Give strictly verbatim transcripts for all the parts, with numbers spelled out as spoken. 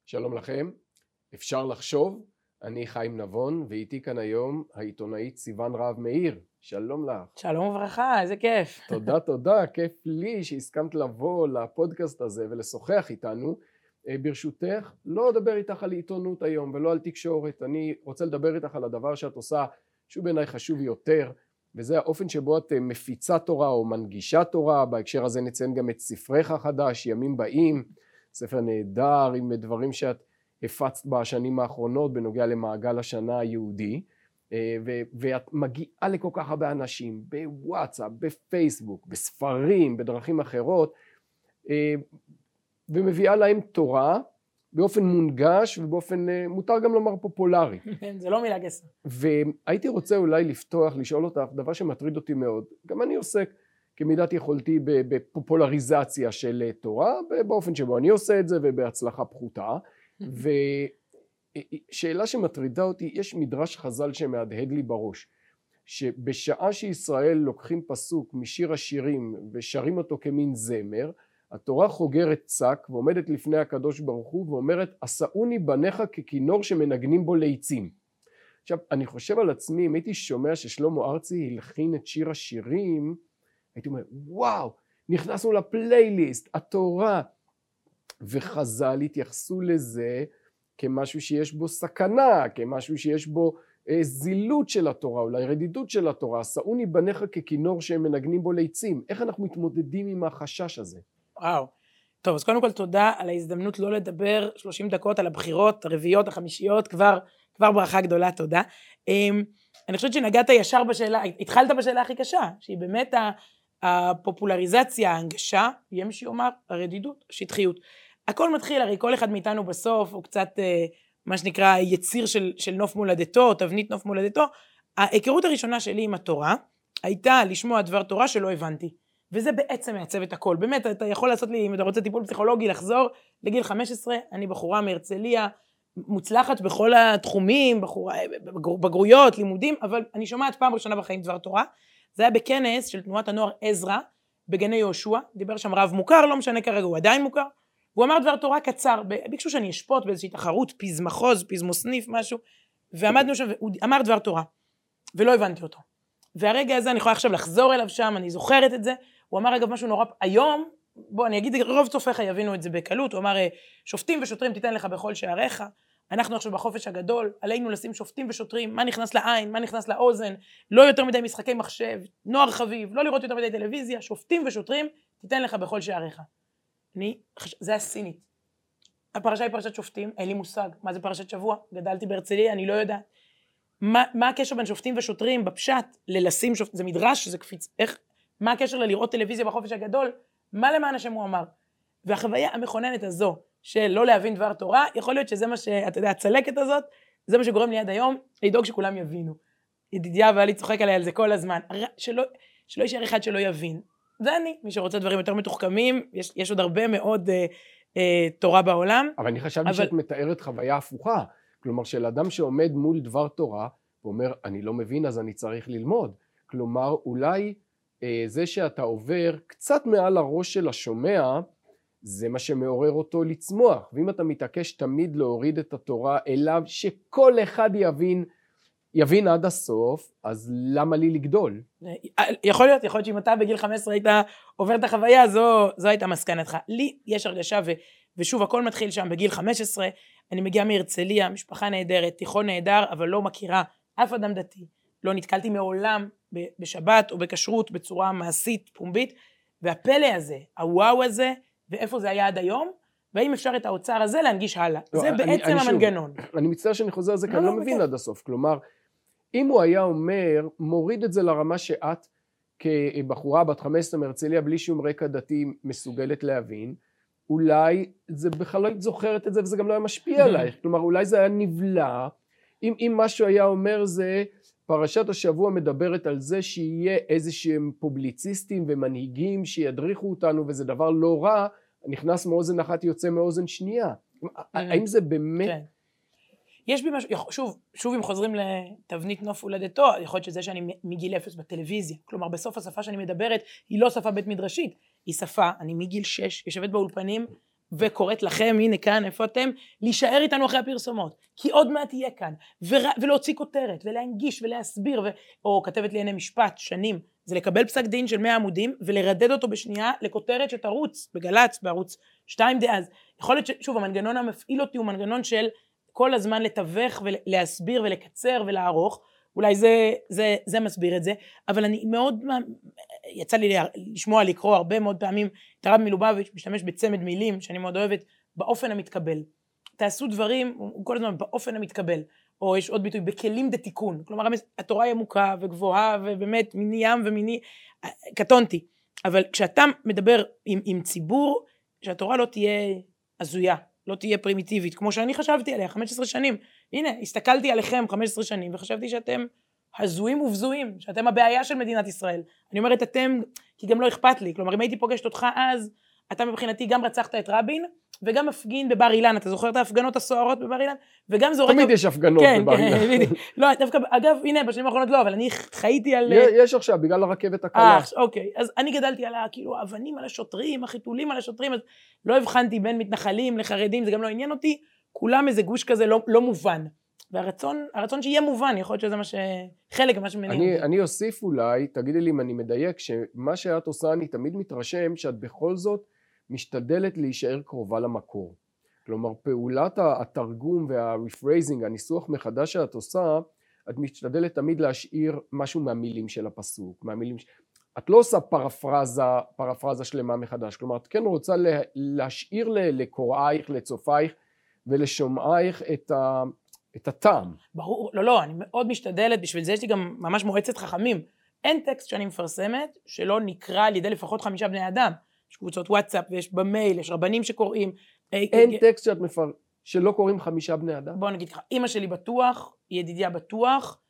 שלום לכם, אפשר לחשוב, אני חיים נבון ואיתי כאן היום העיתונאית סיוון רהב מאיר, שלום לך. שלום וברכה, איזה כיף. תודה תודה, כיף לי שהסכמת לבוא לפודקאסט הזה ולשוחח איתנו. ברשותך, לא אדבר איתך על עיתונות היום ולא על תקשורת, אני רוצה לדבר איתך על הדבר שאת עושה שהוא בעיניי חשוב יותר, וזה האופן שבו את מפיצה תורה או מנגישה תורה. בהקשר הזה נציין גם את ספרך החדש, ימים באים, ספר נהדר עם דברים שאת הפצת בשנים האחרונות בנוגע למעגל השנה היהודי, ו- ואת מגיעה לכל כך הרבה אנשים בוואטסאפ, בפייסבוק, בספרים, בדרכים אחרות, ומביאה להם תורה באופן מונגש ובאופן מותר גם לומר פופולרי. זה לא מילה גסה. והייתי רוצה אולי לפתוח, לשאול אותך דבר שמטריד אותי מאוד. גם אני עוסק כמידת יכולתי בפופולריזציה של תורה, באופן שבו אני עושה את זה ובהצלחה פחותה. ושאלה שמטרידה אותי, יש מדרש חז"ל שמהדהד לי בראש, שבשעה שישראל לוקחים פסוק משיר השירים ושרים אותו כמין זמר, התורה חוגרת צק ועומדת לפני הקדוש ברוך הוא ואומרת, עשאוני בניך ככינור שמנגנים בו ליצים. עכשיו, אני חושב על עצמי, אם הייתי שומע ששלמה ארצי הלחין את שיר השירים, הייתי אומר, וואו, נכנסנו לפלייליסט, התורה. וחז"ל התייחסו לזה כמשהו שיש בו סכנה, כמשהו שיש בו אה, זילות של התורה, אולי רדידות של התורה. עשאוני בניך ככינור שהם מנגנים בו ליצים. איך אנחנו מתמודדים עם החשש הזה? וואו. טוב, אז קודם כל תודה על ההזדמנות לא לדבר שלושים דקות על הבחירות, הרביעיות, החמישיות, כבר, כבר ברכה גדולה, תודה. אני חושבת שנגעת ישר בשאלה, התחלת בשאלה הכי קשה, שהיא באמת הפופולריזציה, ההנגשה, יהיה מי שיאמר, הרדידות, השטחיות. הכל מתחיל, הרי כל אחד מאיתנו בסוף, הוא קצת, מה שנקרא, יציר של, של נוף מולדתו, תבנית נוף מולדתו. ההיכרות הראשונה שלי עם התורה, הייתה לשמוע דבר תורה שלא הבנתי. וזה בעצם מעצב את הכל. באמת, אתה יכול לעשות לי, אם אתה רוצה טיפול פסיכולוגי, לחזור לגיל חמש עשרה, אני בחורה מהרצליה, מוצלחת בכל התחומים, בחורה, בגרויות, לימודים, אבל אני שומעת פעם ראשונה בחיים דבר תורה. זה היה בכנס של תנועת הנוער עזרא, בגני יהושע, דיבר שם רב מוכר, לא משנה כרגע, הוא עדיין מוכר, הוא אמר דבר תורה קצר, ביקשו שאני אשפוט באיזושהי תחרות, פיז מחוז, פיז מוסניף, משהו, ועמדנו שם, והוא אמר דבר תורה, ולא הבנתי אותו. והרגע הזה אני יכולה עכשיו לחזור אליו שם, אני זוכרת את זה, הוא אמר אגב משהו נורא, היום, בוא אני אגיד, רוב צופיך יבינו את זה בקלות, הוא אמר, שופטים ושוטרים תיתן לך בכל שעריך, אנחנו עכשיו בחופש הגדול, עלינו לשים שופטים ושוטרים, מה נכנס לעין, מה נכנס לאוזן, לא יותר מדי משחקי מחשב, נוער חביב, לא לראות יותר מדי טלוויזיה, שופטים ושוטרים תיתן לך בכל שעריך. אני, זה הסינית. הפרשה היא פרשת שופטים, אין לי מושג, מה זה פרשת שבוע, גדלתי בהרצליה, אני לא יודעת. מה, מה הקשר בין שופטים ושוטרים בפשט, ללשים שופטים, זה מדרש, זה קפיץ, איך, מה הקשר ללראות טלוויזיה בחופש הגדול, מה למען השם הוא אמר. והחוויה המכוננת הזו, של לא להבין דבר תורה, יכול להיות שזה מה שאתה יודע, הצלקת הזאת, זה מה שגורם לי עד היום, לדאוג שכולם יבינו. ידידיה ואלי צוחק עליי על זה כל הזמן, שלא, שלא יישאר אחד שלא יבין. זה אני, מי שרוצה דברים יותר מתוחכמים, יש, יש עוד הרבה מאוד אה, אה, תורה בעולם. אבל אני חשבתי אבל... שאת מתארת חוויה הפוכה, כלומר של אדם שעומד מול דבר תורה, ואומר, אני לא מבין אז אני צריך ללמוד. כלומר, אולי אה, זה שאתה עובר קצת מעל הראש של השומע, זה מה שמעורר אותו לצמוח, ואם אתה מתעקש תמיד להוריד את התורה אליו, שכל אחד יבין, יבין עד הסוף, אז למה לי לגדול? יכול להיות, יכול להיות שאם אתה בגיל חמש עשרה היית עובר את החוויה, זו, זו הייתה מסקנתך. לי יש הרגשה, ו, ושוב הכל מתחיל שם בגיל חמש עשרה, אני מגיעה מהרצליה, משפחה נהדרת, תיכון נהדר, אבל לא מכירה אף אדם דתי, לא נתקלתי מעולם בשבת או בכשרות בצורה מעשית, פומבית, והפלא הזה, הוואו הזה, ואיפה זה היה עד היום, והאם אפשר את האוצר הזה להנגיש הלאה. לא, זה אני, בעצם אני המנגנון. שוב, אני מצטער שאני חוזר על זה, כי אני לא, לא מבין בכך. עד הסוף. כלומר, אם הוא היה אומר, מוריד את זה לרמה שאת, כבחורה בת חמש עשרה מהרצליה, בלי שום רקע דתי מסוגלת להבין, אולי זה בכלל לא זוכרת את זה, וזה גם לא היה משפיע עלייך. כלומר, אולי זה היה נבלע. אם, אם משהו היה אומר זה, פרשת השבוע מדברת על זה שיהיה איזשהם פובליציסטים ומנהיגים שידריכו אותנו, וזה דבר לא רע, נכנס מאוזן אחת יוצא מאוזן שנייה. האם זה באמת... יש בי משהו, שוב, שוב אם חוזרים לתבנית נוף הולדתו, יכול להיות שזה שאני מגיל אפס בטלוויזיה, כלומר בסוף השפה שאני מדברת היא לא שפה בית מדרשית, היא שפה, אני מגיל שש, יושבת באולפנים, וקוראת לכם, הנה כאן, איפה אתם, להישאר איתנו אחרי הפרסומות, כי עוד מעט יהיה כאן, ור... ולהוציא כותרת, ולהנגיש, ולהסביר, ו... או כתבת לענייני משפט, שנים, זה לקבל פסק דין של מאה עמודים, ולרדד אותו בשנייה לכותרת שתרוץ, בגלץ, בערוץ שתיים דאז. יכול להיות ששוב, המנגנון המפעיל אותי הוא מנגנון של כל הזמן לתווך, ולהסביר, ולקצר, ולערוך, אולי זה, זה, זה מסביר את זה, אבל אני מאוד, יצא לי לשמוע, לקרוא הרבה מאוד פעמים, את הרב מלובביץ' משתמש בצמד מילים, שאני מאוד אוהבת, באופן המתקבל. תעשו דברים, כל הזמן, באופן המתקבל, או יש עוד ביטוי, בכלים דתיקון, כלומר, התורה היא עמוקה וגבוהה, ובאמת, מיני ים ומיני, קטונתי, אבל כשאתה מדבר עם, עם ציבור, שהתורה לא תהיה הזויה, לא תהיה פרימיטיבית, כמו שאני חשבתי עליה, חמש עשרה שנים, הנה, הסתכלתי עליכם חמש עשרה שנים, וחשבתי שאתם הזויים ובזויים, שאתם הבעיה של מדינת ישראל. אני אומרת אתם, כי גם לא אכפת לי, כלומר, אם הייתי פוגשת אותך אז, אתה מבחינתי גם רצחת את רבין, וגם מפגין בבר אילן, אתה זוכר את ההפגנות הסוערות בבר אילן? וגם זורק... תמיד יש הפגנות כן, בבר כן, אילן. לא, דווקא, אגב, הנה, בשנים האחרונות לא, אבל אני חייתי על... יש עכשיו, בגלל הרכבת הקלה. אה, אוקיי, אז אני גדלתי על, כאילו, אבנים על השוטרים, החיתולים על השוטרים, אז לא הבחנתי בין מתנחלים לחרדים, זה גם לא עניין אותי, כולם איזה גוש כזה לא, לא מובן. והרצון, הרצון שיהיה מובן, יכול להיות שזה מה ש... חלק ממה שמניע אותי. אני אוסיף אולי, תגידי לי אם אני מדייק, שמה שאת עושה, אני תמיד מתרשם שאת בכל זאת משתדלת להישאר קרובה למקור. כלומר, פעולת התרגום והרפרייזינג, הניסוח מחדש שאת עושה, את משתדלת תמיד להשאיר משהו מהמילים של הפסוק, מהמילים... את לא עושה פרפרזה, פרפרזה שלמה מחדש, כלומר, את כן רוצה להשאיר לקוראייך, לצופייך ולשומעייך את ה... את הטעם. ברור, לא, לא, אני מאוד משתדלת, בשביל זה יש לי גם ממש מועצת חכמים. אין טקסט שאני מפרסמת שלא נקרא על ידי לפחות חמישה בני אדם. יש קבוצות וואטסאפ ויש במייל, יש רבנים שקוראים. אין טקסט שאת מפר... שלא קוראים חמישה בני אדם? בוא נגיד ככה, אמא שלי בטוח, ידידיה בטוח,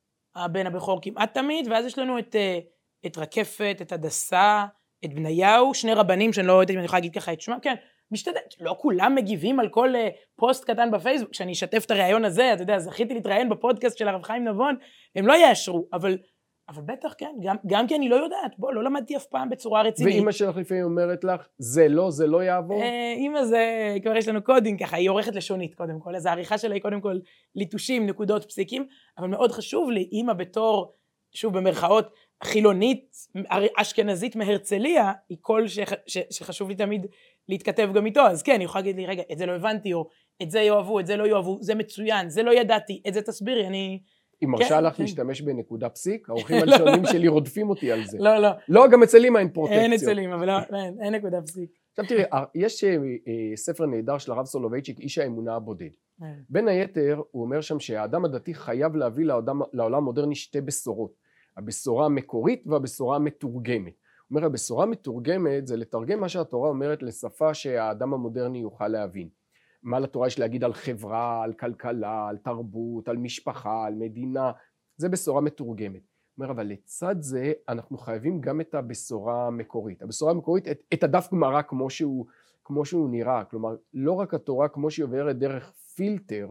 הבן הבכור כמעט תמיד, ואז יש לנו את, את רקפת, את הדסה, את בניהו, שני רבנים שאני לא יודעת אם אני יכולה להגיד ככה את שמה, כן, משתדלת, לא כולם מגיבים על כל פוסט קטן בפייסבוק, כשאני אשתף את הרעיון הזה, אתה יודע, זכיתי להתראיין בפודקאסט של הרב חיים נבון, הם לא יאשרו, אבל, אבל בטח כן, גם, גם כי אני לא יודעת, בוא, לא למדתי אף פעם בצורה רצינית. ואמא שלך לפעמים אומרת לך, זה לא, זה לא יעבור? אמא זה, כבר יש לנו קודים ככה, היא עורכת לשונית קודם כל, אז העריכה שלה היא קודם כל ליטושים, נקודות, פסיקים, אבל מאוד חשוב לי, אמא בתור, שוב במרכאות, חילונית, אשכנזית מהרצליה, היא כל ש, ש, שחשוב לי תמיד להתכתב גם איתו, אז כן, היא יכולה להגיד לי, רגע, את זה לא הבנתי, או את זה יאהבו, את זה לא יאהבו, זה מצוין, זה לא ידעתי, את זה תסבירי, אני... היא מרשה לך להשתמש בנקודה פסיק? האורחים הראשונים שלי רודפים אותי על זה. לא, לא. לא, גם אצל אמא אין פרוטקציות. אין אצל אמא, אבל לא, אין נקודה פסיק. עכשיו תראי, יש ספר נהדר של הרב סולובייצ'יק, איש האמונה הבודד. בין היתר, הוא אומר שם שהאדם הדתי חייב להביא לעולם המודרני שתי בשורות. הבשורה המקורית והבשורה המתורגמת. הוא אומר, הבשורה המתורגמת זה לתרגם מה שהתורה אומרת לשפה שהאדם המודרני יוכל להבין. מה לתורה יש להגיד על חברה, על כלכלה, על תרבות, על משפחה, על מדינה, זה בשורה מתורגמת. הוא אומר, אבל לצד זה אנחנו חייבים גם את הבשורה המקורית. הבשורה המקורית, את, את הדף גמרא כמו שהוא, כמו שהוא נראה, כלומר, לא רק התורה כמו שהיא עוברת דרך פילטר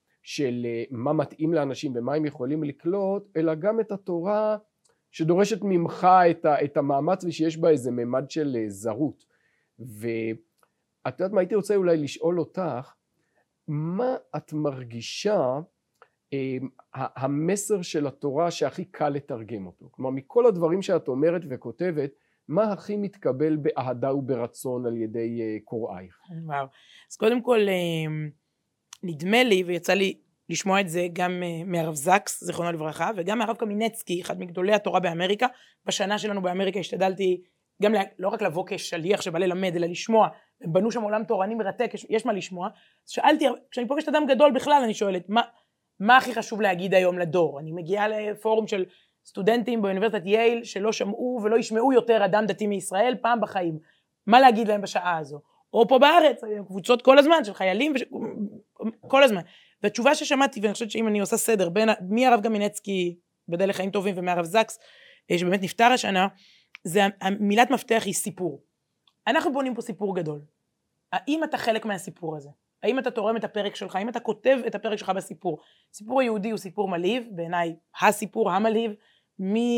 של מה מתאים לאנשים ומה הם יכולים לקלוט, אלא גם את התורה שדורשת ממך את, ה, את המאמץ ושיש בה איזה ממד של זרות. ואת יודעת מה, הייתי רוצה אולי לשאול אותך, מה את מרגישה אה, המסר של התורה שהכי קל לתרגם אותו? כלומר, מכל הדברים שאת אומרת וכותבת, מה הכי מתקבל באהדה וברצון על ידי אה, קוראייך? וואו, אז קודם כל, אה, נדמה לי, ויצא לי לשמוע את זה גם אה, מהרב זקס, זיכרונו לברכה, וגם מהרב קמינצקי, אחד מגדולי התורה באמריקה. בשנה שלנו באמריקה השתדלתי גם לא רק לבוא כשליח שבא ללמד, אלא לשמוע. הם בנו שם עולם תורני מרתק, יש, יש מה לשמוע. אז שאלתי, כשאני פוגשת אדם גדול בכלל, אני שואלת, מה, מה הכי חשוב להגיד היום לדור? אני מגיעה לפורום של סטודנטים באוניברסיטת יייל, שלא שמעו ולא ישמעו יותר אדם דתי מישראל פעם בחיים. מה להגיד להם בשעה הזו? או פה בארץ, קבוצות כל הזמן של חיילים, וש... כל הזמן. והתשובה ששמעתי, ואני חושבת שאם אני עושה סדר, בין מהרב גמינצקי, בדל לחיים טובים, ומהרב זקס, שבאמת נפטר השנה, זה המילת מפתח היא סיפור. אנחנו בונים פה סיפור גדול. האם אתה חלק מהסיפור הזה? האם אתה תורם את הפרק שלך? האם אתה כותב את הפרק שלך בסיפור? סיפור היהודי הוא סיפור מלהיב, בעיניי הסיפור המלהיב,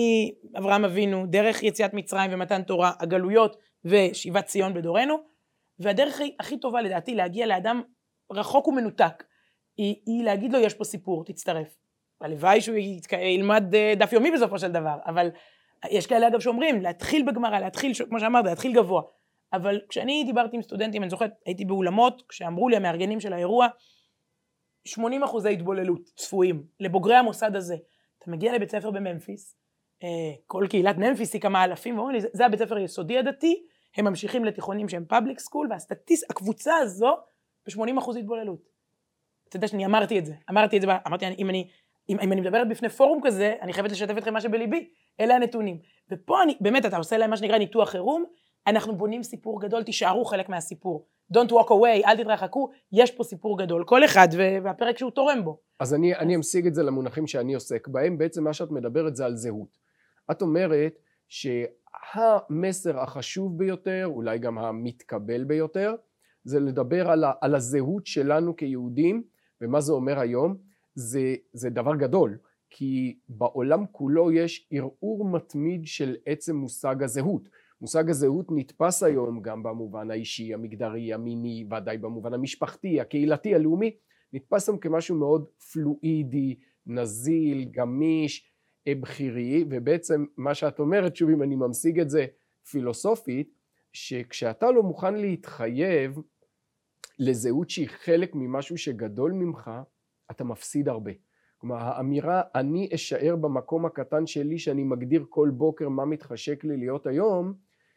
מאברהם אבינו, דרך יציאת מצרים ומתן תורה, הגלויות ושיבת ציון בדורנו, והדרך הכי טובה לדעתי להגיע לאדם רחוק ומנותק, היא, היא להגיד לו יש פה סיפור, תצטרף. הלוואי שהוא ילמד דף יומי בסופו של דבר, אבל יש כאלה אגב שאומרים, להתחיל בגמרא, להתחיל, כמו שאמרת, להתחיל גבוה. אבל כשאני דיברתי עם סטודנטים, אני זוכרת, הייתי באולמות, כשאמרו לי המארגנים של האירוע, שמונים אחוזי התבוללות צפויים לבוגרי המוסד הזה. אתה מגיע לבית ספר בממפיס, כל קהילת ממפיס היא כמה אלפים, ואומרים לי, זה הבית ספר יסודי הדתי, הם ממשיכים לתיכונים שהם פאבליק סקול, והסטטיסט, הקבוצה הזו, ב-שמונים אחוז התבוללות. אתה יודע שאני אמרתי את זה, אמרתי את זה, אמרתי, אם אני, אם, אם אני מדברת בפני פורום כזה, אני חייבת לשתף אתכם מה שבליבי, אלה הנתונים. ופה אני, באמת, אתה עושה להם מה שנקרא ניתוח חירום, אנחנו בונים סיפור גדול, תישארו חלק מהסיפור. Don't walk away, אל תתרחקו, יש פה סיפור גדול, כל אחד והפרק שהוא תורם בו. אז אני, אני אמשיג את זה למונחים שאני עוסק בהם, בעצם מה שאת מדברת זה על זהות. את אומרת שהמסר החשוב ביותר, אולי גם המתקבל ביותר, זה לדבר על, ה, על הזהות שלנו כיהודים, ומה זה אומר היום? זה, זה דבר גדול, כי בעולם כולו יש ערעור מתמיד של עצם מושג הזהות. מושג הזהות נתפס היום גם במובן האישי, המגדרי, המיני, ודאי במובן המשפחתי, הקהילתי, הלאומי, נתפס היום כמשהו מאוד פלואידי, נזיל, גמיש, בחירי, ובעצם מה שאת אומרת, שוב אם אני ממשיג את זה פילוסופית, שכשאתה לא מוכן להתחייב לזהות שהיא חלק ממשהו שגדול ממך, אתה מפסיד הרבה. כלומר, האמירה, אני אשאר במקום הקטן שלי, שאני מגדיר כל בוקר מה מתחשק לי להיות היום,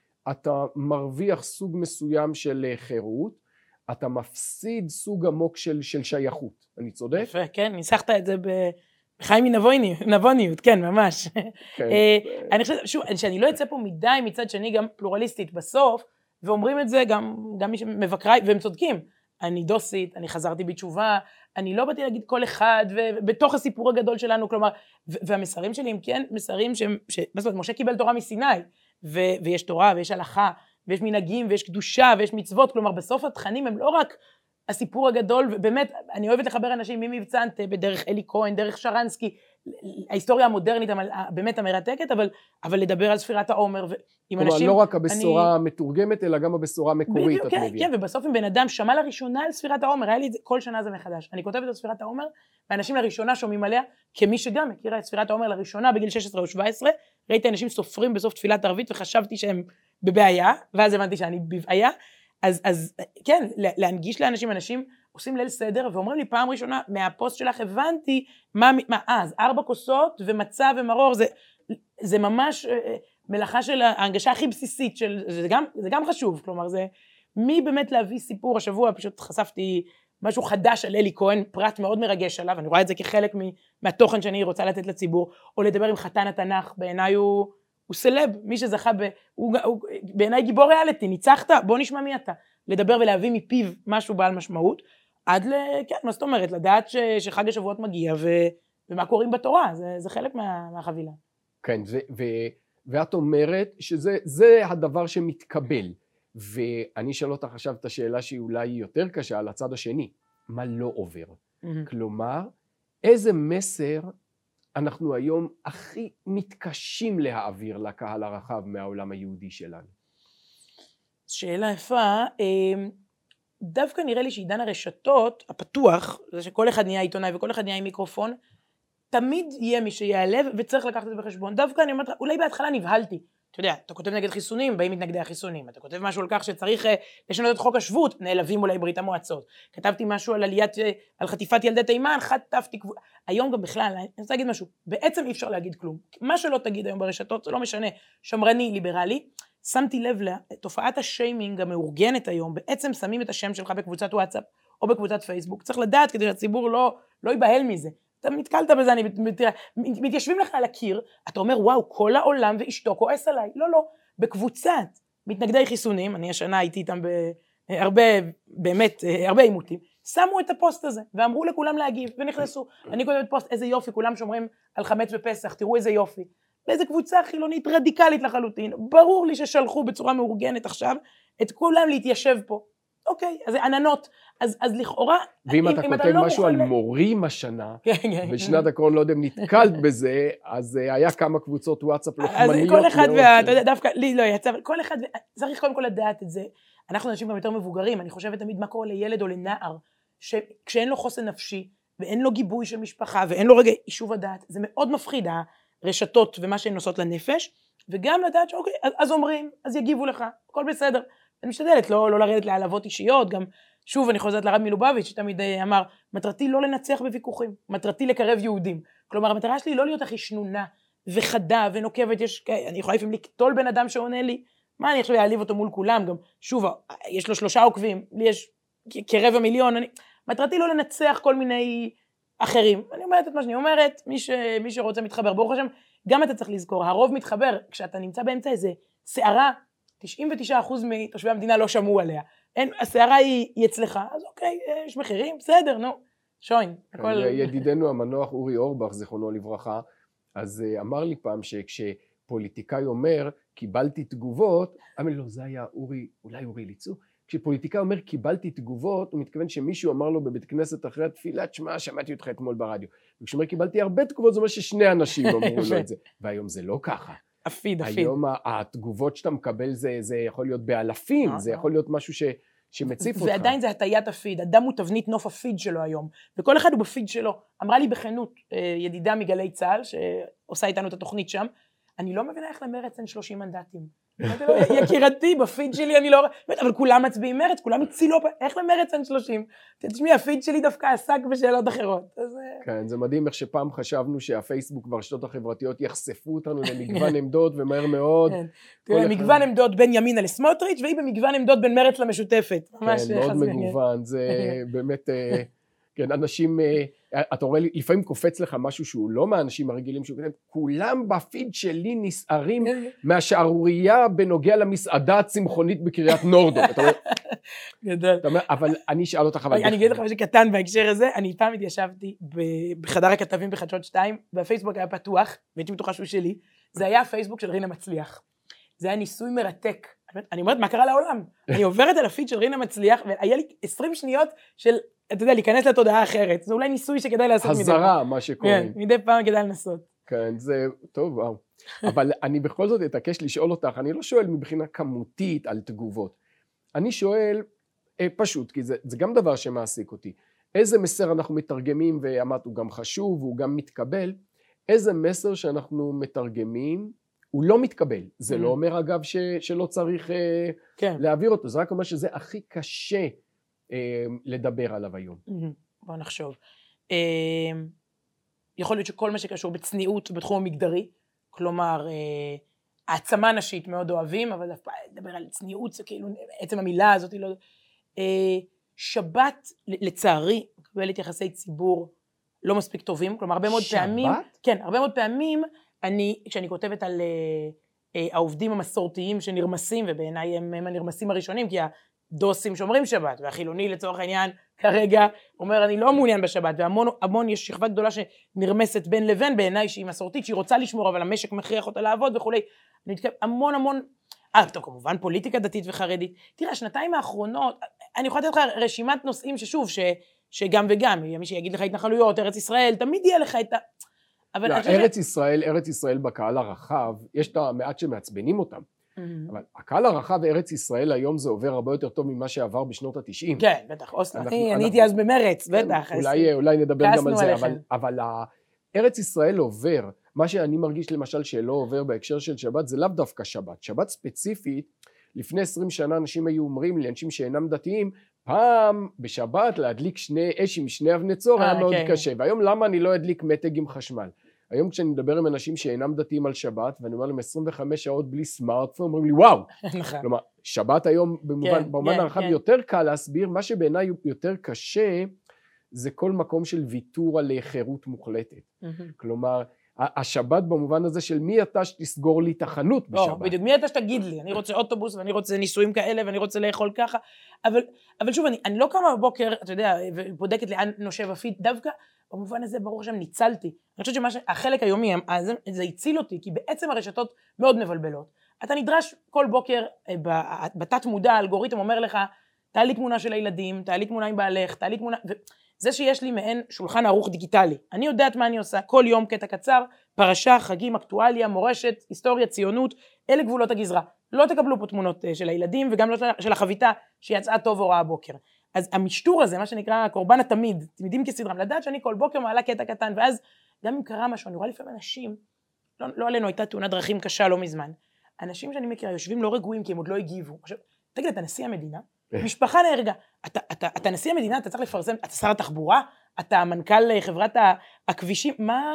אתה מרוויח סוג מסוים של חירות, אתה מפסיד סוג עמוק של, של שייכות. אני צודק? יפה, כן, ניסחת את זה בחיים מנבוניות, כן, ממש. כן. אני חושבת, שוב, שאני לא אצא פה מדי מצד שני גם פלורליסטית בסוף, ואומרים את זה גם, גם מי שמבקריי, והם צודקים. אני דוסית, אני חזרתי בתשובה, אני לא באתי להגיד כל אחד, ובתוך הסיפור הגדול שלנו, כלומר, והמסרים שלי הם כן מסרים שהם, מה זאת אומרת, משה קיבל תורה מסיני, ויש תורה, ויש הלכה, ויש מנהגים, ויש קדושה, ויש מצוות, כלומר, בסוף התכנים הם לא רק הסיפור הגדול, ובאמת, אני אוהבת לחבר אנשים ממבצע אנטבה, בדרך אלי כהן, דרך שרנסקי, ההיסטוריה המודרנית, באמת המרתקת, אבל, אבל לדבר על ספירת העומר, ועם אנשים... כלומר, לא רק הבשורה המתורגמת, אלא גם הבשורה המקורית, את מביאה. כן, ובסוף אם בן אדם שמע לראשונה על ספירת העומר, היה לי את זה, כל שנה זה מחדש. אני כותבת על ספירת העומר, ואנשים לראשונה שומעים עליה, כמי שגם מכירה את ספירת העומר לראשונה, בגיל שש עשרה או שבע עשרה, ראיתי אנשים סופרים בסוף תפילת ערבית, וחשבתי שהם בבעיה, ואז הבנתי שאני בבעיה. אז, אז כן, להנגיש לאנשים, אנשים עושים ליל סדר, ואומרים לי פעם ראשונה, מהפוסט שלך הבנתי, מה, מה, אז ארבע כוסות ומצה ומרור, זה, זה ממש מלאכה של ההנגשה הכי בסיסית, של, זה גם, זה גם חשוב, כלומר, זה, מי באמת להביא סיפור, השבוע פשוט חשפתי משהו חדש על אלי כהן, פרט מאוד מרגש עליו, אני רואה את זה כחלק מהתוכן שאני רוצה לתת לציבור, או לדבר עם חתן התנ"ך, בעיניי הוא, הוא סלב, מי שזכה, ב, הוא, הוא, בעיניי גיבור ריאליטי, ניצחת, בוא נשמע מי אתה, לדבר ולהביא מפיו משהו בעל משמעות, עד ל... כן, מה זאת אומרת, לדעת ש... שחג השבועות מגיע, ו... ומה קוראים בתורה, זה, זה חלק מה... מהחבילה. כן, ו... ו... ואת אומרת שזה זה הדבר שמתקבל, ואני אשאל אותך עכשיו את השאלה שהיא אולי יותר קשה על הצד השני, מה לא עובר? Mm-hmm. כלומר, איזה מסר אנחנו היום הכי מתקשים להעביר לקהל הרחב מהעולם היהודי שלנו? שאלה יפה, דווקא נראה לי שעידן הרשתות הפתוח, זה שכל אחד נהיה עיתונאי וכל אחד נהיה עם מיקרופון, תמיד יהיה מי שיעלב וצריך לקחת את זה בחשבון. דווקא אני אומרת, אולי בהתחלה נבהלתי. אתה יודע, אתה כותב נגד חיסונים, באים מתנגדי החיסונים. אתה כותב משהו על כך שצריך לשנות את חוק השבות, נעלבים אולי ברית המועצות. כתבתי משהו על עליית, על חטיפת ילדי תימן, חטפתי... היום גם בכלל, אני רוצה להגיד משהו, בעצם אי אפשר להגיד כלום. מה שלא תגיד היום ברשתות, זה לא משנה, שמרני, ליברלי. שמתי לב לתופעת השיימינג המאורגנת היום, בעצם שמים את השם שלך בקבוצת וואטסאפ או בקבוצת פייסבוק. צריך לדעת כדי שהציבור לא, לא ייבהל מזה. אתה מתקלת בזה, אני מת, מתיישבים לך על הקיר, אתה אומר, וואו, כל העולם ואשתו כועס עליי. לא, לא, בקבוצת מתנגדי חיסונים, אני השנה הייתי איתם בהרבה, באמת, הרבה אימותים, שמו את הפוסט הזה, ואמרו לכולם להגיב, ונכנסו. אני כותבת פוסט, איזה יופי, כולם שומרים על חמץ בפסח, תראו איזה יופי. באיזה קבוצה חילונית רדיקלית לחלוטין, ברור לי ששלחו בצורה מאורגנת עכשיו, את כולם להתיישב פה. אוקיי, אז זה עננות, אז, אז לכאורה... ואם אתה כותב משהו על מורים השנה, בשנת הקורונה, לא יודע אם נתקלת בזה, אז היה כמה קבוצות וואטסאפ לוחמניות מאוד. כל אחד, אתה יודע, דווקא, לי לא יצא, אבל כל אחד, צריך קודם כל לדעת את זה. אנחנו אנשים גם יותר מבוגרים, אני חושבת תמיד מה קורה לילד או לנער, שכשאין לו חוסן נפשי, ואין לו גיבוי של משפחה, ואין לו רגע יישוב הדעת, זה מאוד מפחיד, הרשתות ומה שהן נוסעות לנפש, וגם לדעת שאוקיי, אז אומרים, אז יגיבו לך, הכל בסדר. אני משתדלת לא, לא לרדת להעלבות אישיות, גם שוב אני חוזרת לרב מלובביץ' שתמיד אמר, מטרתי לא לנצח בוויכוחים, מטרתי לקרב יהודים. כלומר, המטרה שלי לא להיות הכי שנונה וחדה ונוקבת, יש, אני יכולה לפעמים לקטול בן אדם שעונה לי, מה אני עכשיו להעליב אותו מול כולם, גם שוב, יש לו שלושה עוקבים, לי יש כרבע מיליון, אני, מטרתי לא לנצח כל מיני אחרים. אני אומרת את מה שאני אומרת, מי, ש, מי שרוצה מתחבר, ברוך השם, גם אתה צריך לזכור, הרוב מתחבר, כשאתה נמצא באמצע איזה שערה, תשעים ותשעה אחוז מתושבי המדינה לא שמעו עליה. אין, השערה היא, היא אצלך, אז אוקיי, יש מחירים, בסדר, נו, שוין. הכל... ידידנו המנוח אורי אורבך, זיכרונו לברכה, אז אמר לי פעם שכשפוליטיקאי אומר, קיבלתי תגובות, אמר לי, לא, זה היה אורי, אולי אורי ליצו, כשפוליטיקאי אומר, קיבלתי תגובות, הוא מתכוון שמישהו אמר לו בבית כנסת אחרי התפילה, תשמע, שמעתי אותך אתמול ברדיו. וכשאומר, קיבלתי הרבה תגובות, זאת אומרת ששני אנשים אמרו לו את זה. והיום זה לא ככה. אפיד, אפיד. היום התגובות שאתה מקבל זה, זה יכול להיות באלפים, זה יכול להיות משהו ש, שמציף אותך. ועדיין זה הטיית אפיד, אדם הוא תבנית נוף אפיד שלו היום, וכל אחד הוא בפיד שלו. אמרה לי בכנות, ידידה מגלי צהל, שעושה איתנו את התוכנית שם, אני לא מבינה איך למרץ אין שלושים מנדטים. יקירתי, בפיד שלי אני לא... אבל כולם מצביעים מרץ, כולם הצילו... איך למרץ אין שלושים? תשמעי, הפיד שלי דווקא עסק בשאלות אחרות. כן, זה מדהים איך שפעם חשבנו שהפייסבוק והרשתות החברתיות יחשפו אותנו למגוון עמדות, ומהר מאוד... מגוון עמדות בין ימינה לסמוטריץ', והיא במגוון עמדות בין מרץ למשותפת. כן, מאוד מגוון, זה באמת... כן, אנשים, אתה רואה, לפעמים קופץ לך משהו שהוא לא מהאנשים הרגילים, כולם בפיד שלי נסערים מהשערורייה בנוגע למסעדה הצמחונית בקריית נורדו. גדול. אבל אני אשאל אותך... אני אגיד לך משהו קטן בהקשר הזה, אני פעם התיישבתי בחדר הכתבים בחדשות שתיים, והפייסבוק היה פתוח, והייתי בטוחה שהוא שלי, זה היה הפייסבוק של רינה מצליח. זה היה ניסוי מרתק. אני אומרת, מה קרה לעולם? אני עוברת על הפיד של רינה מצליח, והיה לי עשרים שניות של... אתה יודע, להיכנס לתודעה אחרת, זה אולי ניסוי שכדאי לעשות מדי פעם. הזרה, מה שקוראים. כן, מדי פעם כדאי לנסות. כן, זה טוב, וואו. אבל אני בכל זאת אתעקש לשאול אותך, אני לא שואל מבחינה כמותית על תגובות. אני שואל, אה, פשוט, כי זה, זה גם דבר שמעסיק אותי. איזה מסר אנחנו מתרגמים, ואמרת, הוא גם חשוב, הוא גם מתקבל. איזה מסר שאנחנו מתרגמים, הוא לא מתקבל. זה mm-hmm. לא אומר, אגב, ש, שלא צריך אה, כן. להעביר אותו. זה רק אומר שזה הכי קשה, לדבר עליו היום. בוא נחשוב. יכול להיות שכל מה שקשור בצניעות בתחום המגדרי, כלומר, העצמה נשית מאוד אוהבים, אבל לדבר על צניעות זה כאילו, עצם המילה הזאת היא לא... שבת, לצערי, מקבלת יחסי ציבור לא מספיק טובים, כלומר, הרבה מאוד פעמים... שבת? כן, הרבה מאוד פעמים, אני, כשאני כותבת על העובדים המסורתיים שנרמסים, ובעיניי הם הנרמסים הראשונים, כי דוסים שומרים שבת, והחילוני לצורך העניין כרגע אומר אני לא מעוניין בשבת, והמון המון יש שכבה גדולה שנרמסת בין לבין בעיניי שהיא מסורתית, שהיא רוצה לשמור אבל המשק מכריח אותה לעבוד וכולי, אני מתכוון המון המון, אה טוב כמובן פוליטיקה דתית וחרדית, תראה השנתיים האחרונות, אני יכולה לתת לך רשימת נושאים ששוב, ש, שגם וגם, מי שיגיד לך התנחלויות, ארץ ישראל, תמיד יהיה לך את ה... אבל ארץ ישראל, ארץ ישראל בקהל הרחב, יש את המעט שמעצבנים אותם, אבל הקהל הרחב בארץ ישראל היום זה עובר הרבה יותר טוב ממה שעבר בשנות התשעים. כן, בטח, אוסלו, אני הייתי אז במרץ, בטח. אולי נדבר גם על זה, אבל ארץ ישראל עובר, מה שאני מרגיש למשל שלא עובר בהקשר של שבת, זה לאו דווקא שבת. שבת ספציפית, לפני עשרים שנה אנשים היו אומרים לי, אנשים שאינם דתיים, פעם בשבת להדליק שני אש עם שני אבני צור היה מאוד קשה, והיום למה אני לא אדליק מתג עם חשמל? היום כשאני מדבר עם אנשים שאינם דתיים על שבת, ואני אומר להם עשרים וחמש שעות בלי סמארטפון, אומרים לי וואו, כלומר שבת היום במובן הרחב יותר קל להסביר, מה שבעיניי יותר קשה, זה כל מקום של ויתור על חירות מוחלטת, כלומר השבת במובן הזה של מי אתה שתסגור לי את החנות בשבת. לא, בדיוק, מי אתה שתגיד לי, אני רוצה אוטובוס ואני רוצה ניסויים כאלה ואני רוצה לאכול ככה, אבל, אבל שוב, אני, אני לא קמה בבוקר, אתה יודע, ובודקת לאן נושב הפיד, דווקא במובן הזה ברור שם ניצלתי. אני חושבת שהחלק היומי, זה, זה הציל אותי, כי בעצם הרשתות מאוד מבלבלות. אתה נדרש כל בוקר, בתת מודע, האלגוריתם אומר לך, תעלי תמונה של הילדים, תעלי תמונה עם בעלך, תעלי תמונה, זה שיש לי מעין שולחן ערוך דיגיטלי, אני יודעת מה אני עושה, כל יום קטע קצר, פרשה, חגים, אקטואליה, מורשת, היסטוריה, ציונות, אלה גבולות הגזרה. לא תקבלו פה תמונות של הילדים, וגם לא של החביתה שיצאה טוב או רעה הבוקר. אז המשטור הזה, מה שנקרא קורבן התמיד, תמידים כסדרם, לדעת שאני כל בוקר מעלה קטע קטן, ואז גם אם קרה משהו, אני רואה לפעמים אנשים, לא, לא עלינו, הייתה תאונת דרכים קשה לא מזמן, אנשים שאני מכירה יושבים לא רגועים, כי הם עוד לא הגיבו. עכשיו, תגיד, אתה נשיא המדינה, משפחה נהרגה, אתה, אתה, אתה נשיא המדינה, אתה צריך לפרסם, אתה שר התחבורה, אתה מנכ"ל חברת הכבישים, מה,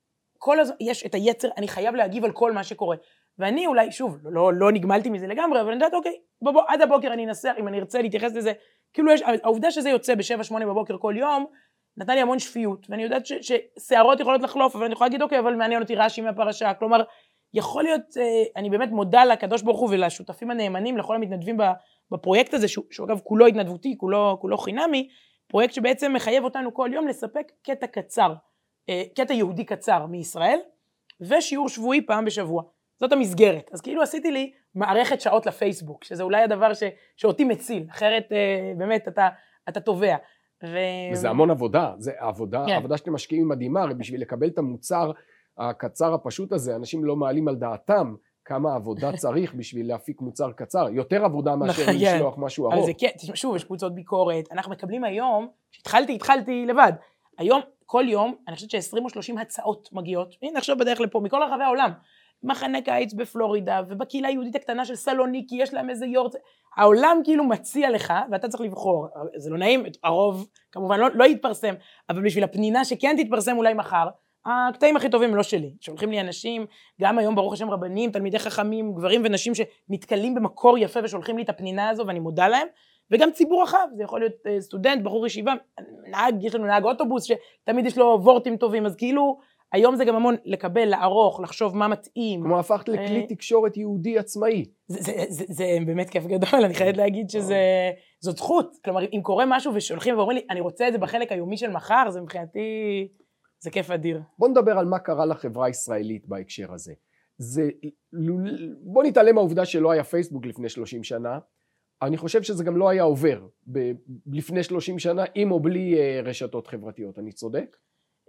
כל הזמן, יש את היצר, אני חייב להגיב על כל מה שקורה, ואני אולי, שוב, לא, לא נגמלתי מזה לגמרי, אבל אני יודעת, אוקיי, בוא, בוא, עד הבוקר אני אנסה, אם אני ארצה להתייחס לזה, כאילו יש, העובדה שזה יוצא בשבע, שמונה בבוקר כל יום, נתן לי המון שפיות, ואני יודעת ששערות יכולות לחלוף, אבל אני יכולה להגיד, אוקיי, אבל מעניין אותי רש"י מהפרשה, כלומר, יכול להיות, אני באמת מודה לקדוש ברוך הוא ולשותפים הנאמנים, לכל המתנדבים בפרויקט הזה, שהוא, שהוא אגב כולו התנדבותי, כולו, כולו חינמי, פרויקט שבעצם מחייב אותנו כל יום לספק קטע קצר, קטע יהודי קצר מישראל, ושיעור שבועי פעם בשבוע. זאת המסגרת. אז כאילו עשיתי לי מערכת שעות לפייסבוק, שזה אולי הדבר ש, שאותי מציל, אחרת באמת אתה, אתה תובע. ו... וזה המון עבודה, זה עבודה, yeah. עבודה שאתם משקיעים מדהימה, הרי בשביל לקבל את המוצר הקצר הפשוט הזה, אנשים לא מעלים על דעתם כמה עבודה צריך בשביל להפיק מוצר קצר, יותר עבודה מאשר לשלוח משהו ארוך. אבל זה כן, שוב, יש קבוצות ביקורת, אנחנו מקבלים היום, שהתחלתי, התחלתי לבד, היום, כל יום, אני חושבת ש-עשרים או שלושים הצעות מגיעות, הנה עכשיו בדרך לפה, מכל רחבי העולם, מחנה קיץ בפלורידה, ובקהילה היהודית הקטנה של סלוניקי, יש להם איזה יורט, העולם כאילו מציע לך, ואתה צריך לבחור, זה לא נעים, הרוב כמובן לא, לא יתפרסם, אבל בשביל הפנינה שכן תתפרסם אולי מחר, הקטעים הכי טובים לא שלי, שולחים לי אנשים, גם היום ברוך השם רבנים, תלמידי חכמים, גברים ונשים שנתקלים במקור יפה ושולחים לי את הפנינה הזו ואני מודה להם, וגם ציבור רחב, זה יכול להיות סטודנט, בחור ישיבה, נהג, יש לנו נהג אוטובוס שתמיד יש לו וורטים טובים, אז כאילו היום זה גם המון לקבל, לערוך, לחשוב מה מתאים. כמו הפכת לכלי תקשורת יהודי עצמאי. זה, זה, זה, זה באמת כיף גדול, אני חייבת להגיד שזאת זכות, כלומר אם קורה משהו ושולחים ואומרים לי, אני רוצה את זה בחלק היומי של מחר, זה מבחינתי... זה כיף אדיר. בוא נדבר על מה קרה לחברה הישראלית בהקשר הזה. זה, בוא נתעלם מהעובדה שלא היה פייסבוק לפני שלושים שנה, אני חושב שזה גם לא היה עובר ב, לפני שלושים שנה, עם או בלי רשתות חברתיות, אני צודק?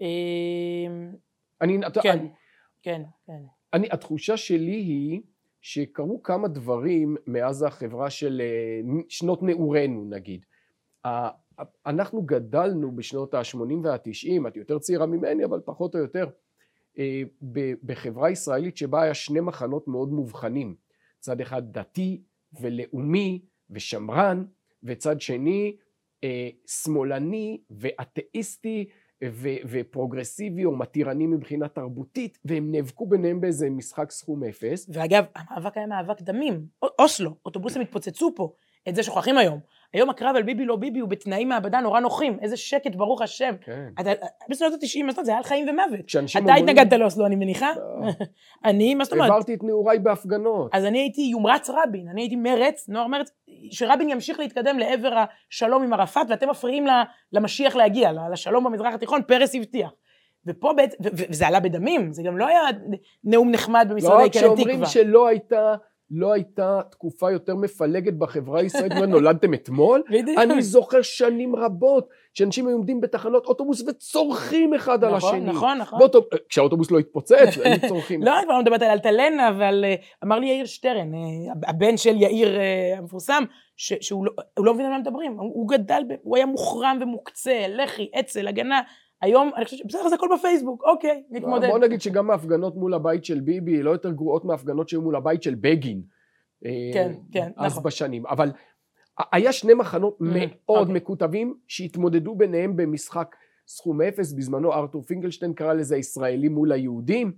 אני, כן, אני, כן, כן. אני, התחושה שלי היא שקרו כמה דברים מאז החברה של שנות נעורנו נגיד. אנחנו גדלנו בשנות ה-שמונים וה-תשעים, את יותר צעירה ממני, אבל פחות או יותר, בחברה ישראלית שבה היה שני מחנות מאוד מובחנים. צד אחד דתי ולאומי ושמרן, וצד שני שמאלני ואתאיסטי ופרוגרסיבי או מתירני מבחינה תרבותית, והם נאבקו ביניהם באיזה משחק סכום אפס. ואגב, המאבק היה מאבק דמים. אוסלו, אוטובוסים התפוצצו פה. את זה שוכחים היום. היום הקרב על ביבי לא ביבי הוא בתנאים מעבדה נורא נוחים, איזה שקט ברוך השם. כן. אתה, בשנות ה-תשעים, מה זאת אומרת, זה היה על חיים ומוות. אתה אומרים... התנגדת לאוסלו, אני מניחה? לא. אני, מה זאת אומרת? העברתי את נעוריי בהפגנות. אז אני הייתי יומרץ רבין, אני הייתי מרץ, נוער מרץ, שרבין ימשיך להתקדם לעבר השלום עם ערפאת, ואתם מפריעים למשיח להגיע, לשלום במזרח התיכון, פרס הבטיח. ופה בעצם, וזה עלה בדמים, זה גם לא היה נאום נחמד במשרדי קרן תקווה. לא, כשאומרים שלא הייתה... לא הייתה תקופה יותר מפלגת בחברה הישראלית, ונולדתם אתמול, אני זוכר שנים רבות, שאנשים היו עומדים בתחנות אוטובוס וצורכים אחד על השני. נכון, נכון. כשהאוטובוס לא התפוצץ, היו צורכים. לא, כבר לא מדברת על אלטלנה, אבל אמר לי יאיר שטרן, הבן של יאיר המפורסם, שהוא לא מבין על מה מדברים, הוא גדל, הוא היה מוחרם ומוקצה, לחי, אצל, הגנה, היום, אני חושבת שבסדר, זה הכל בפייסבוק, אוקיי, נתמודד. בוא נגיד שגם ההפגנות מול הבית של ביבי, לא יותר גרועות מההפגנות שהיו מול הבית של בגין. כן, כן, נכון. אז בשנים. אבל היה שני מחנות מאוד מקוטבים, שהתמודדו ביניהם במשחק סכום אפס, בזמנו ארתור פינקלשטיין קרא לזה ישראלים מול היהודים,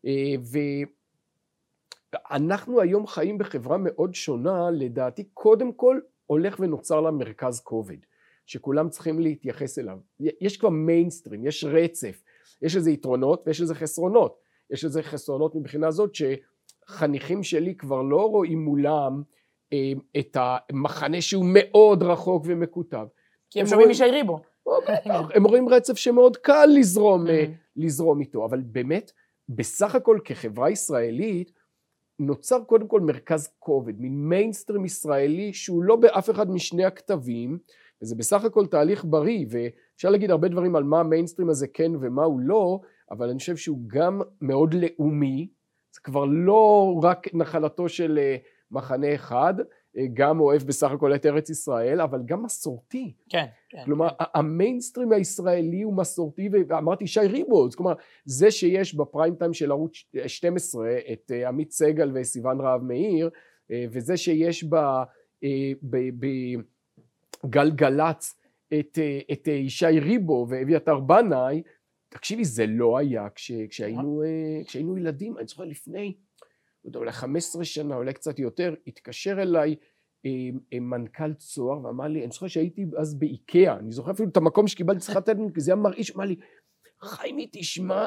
ואנחנו היום חיים בחברה מאוד שונה, לדעתי, קודם כל הולך ונוצר לה מרכז כובד. שכולם צריכים להתייחס אליו. יש כבר מיינסטרים, יש רצף, יש איזה יתרונות ויש איזה חסרונות. יש איזה חסרונות מבחינה זאת שחניכים שלי כבר לא רואים מולם אה, את המחנה שהוא מאוד רחוק ומקוטב. כי הם שומעים משי ריבו. הם רואים רצף שמאוד קל לזרום, לזרום איתו, אבל באמת, בסך הכל כחברה ישראלית, נוצר קודם כל מרכז כובד, מין מיינסטרים ישראלי שהוא לא באף אחד משני הכתבים, וזה בסך הכל תהליך בריא, ואפשר להגיד הרבה דברים על מה המיינסטרים הזה כן ומה הוא לא, אבל אני חושב שהוא גם מאוד לאומי, זה כבר לא רק נחלתו של מחנה אחד, גם אוהב בסך הכל את ארץ ישראל, אבל גם מסורתי. כן, כן. כלומר, כן. המיינסטרים הישראלי הוא מסורתי, ואמרתי שי ריבו, כלומר, זה שיש בפריים טיים של ערוץ שתים עשרה את עמית סגל וסיוון רהב מאיר, וזה שיש בגלגלץ את, את ישי ריבו ואביתר בנאי, תקשיבי, זה לא היה כש, כשהיינו, כשהיינו ילדים, אני זוכר לפני, אולי חמש עשרה שנה, אולי קצת יותר, התקשר אליי מנכ"ל צוהר ואמר לי, אני זוכר שהייתי אז באיקאה, אני זוכר אפילו את המקום שקיבלתי שיחת טלפון, כי זה היה מרעיש, אמר לי, חיימי תשמע,